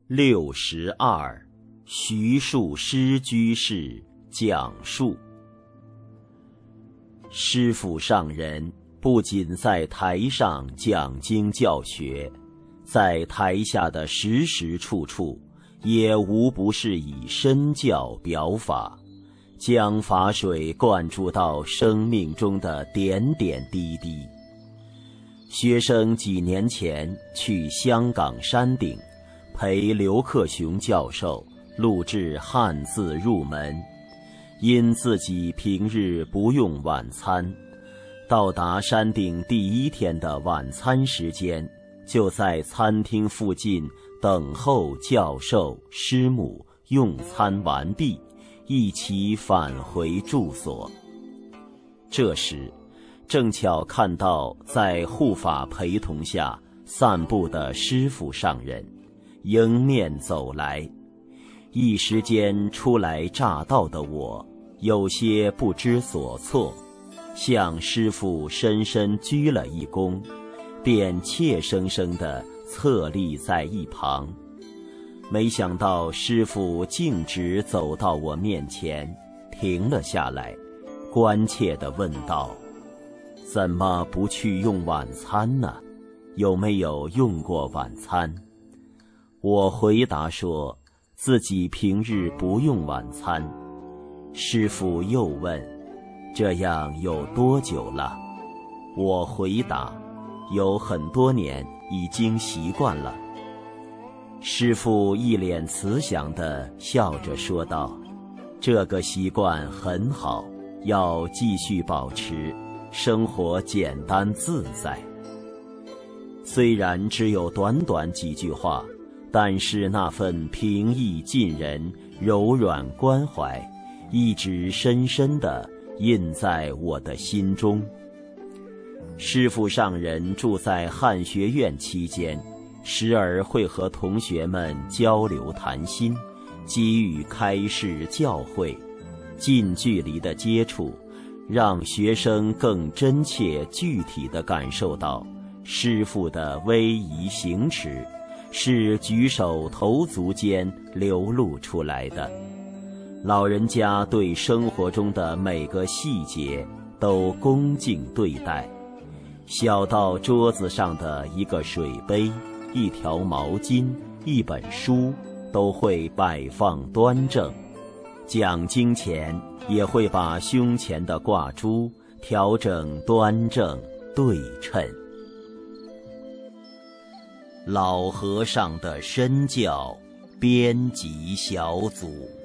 62徐树师居士讲述。师父上人不仅在台上讲经教学，在台下的时时处处也无不是以身教表法，将法水灌注到生命中的点点滴滴。学生几年前去香港山顶陪刘克雄教授录制汉字入门，因自己平日不用晚餐，到达山顶第一天的晚餐时间，就在餐厅附近等候教授师母用餐完毕，一起返回住所。这时正巧看到在护法陪同下散步的师父上人迎面走来，一时间初来乍到的我有些不知所措，向师父深深鞠了一躬，便怯生生地侧立在一旁。没想到师父径直走到我面前，停了下来，关切地问道：怎么不去用晚餐呢？有没有用过晚餐？我回答说自己平日不用晚餐。师父又问：这样有多久了？我回答：有很多年，已经习惯了。师父一脸慈祥地笑着说道：这个习惯很好，要继续保持，生活简单自在。虽然只有短短几句话，但是那份平易近人、柔软关怀一直深深地印在我的心中。师父上人住在汉学院期间，时而会和同学们交流谈心，给予开示教诲，近距离的接触让学生更真切具体地感受到师父的威仪行持是举手投足间流露出来的。老人家对生活中的每个细节都恭敬对待，小到桌子上的一个水杯、一条毛巾、一本书都会摆放端正，讲经前也会把胸前的挂珠调整端正对称。老和尚的身教编辑小组。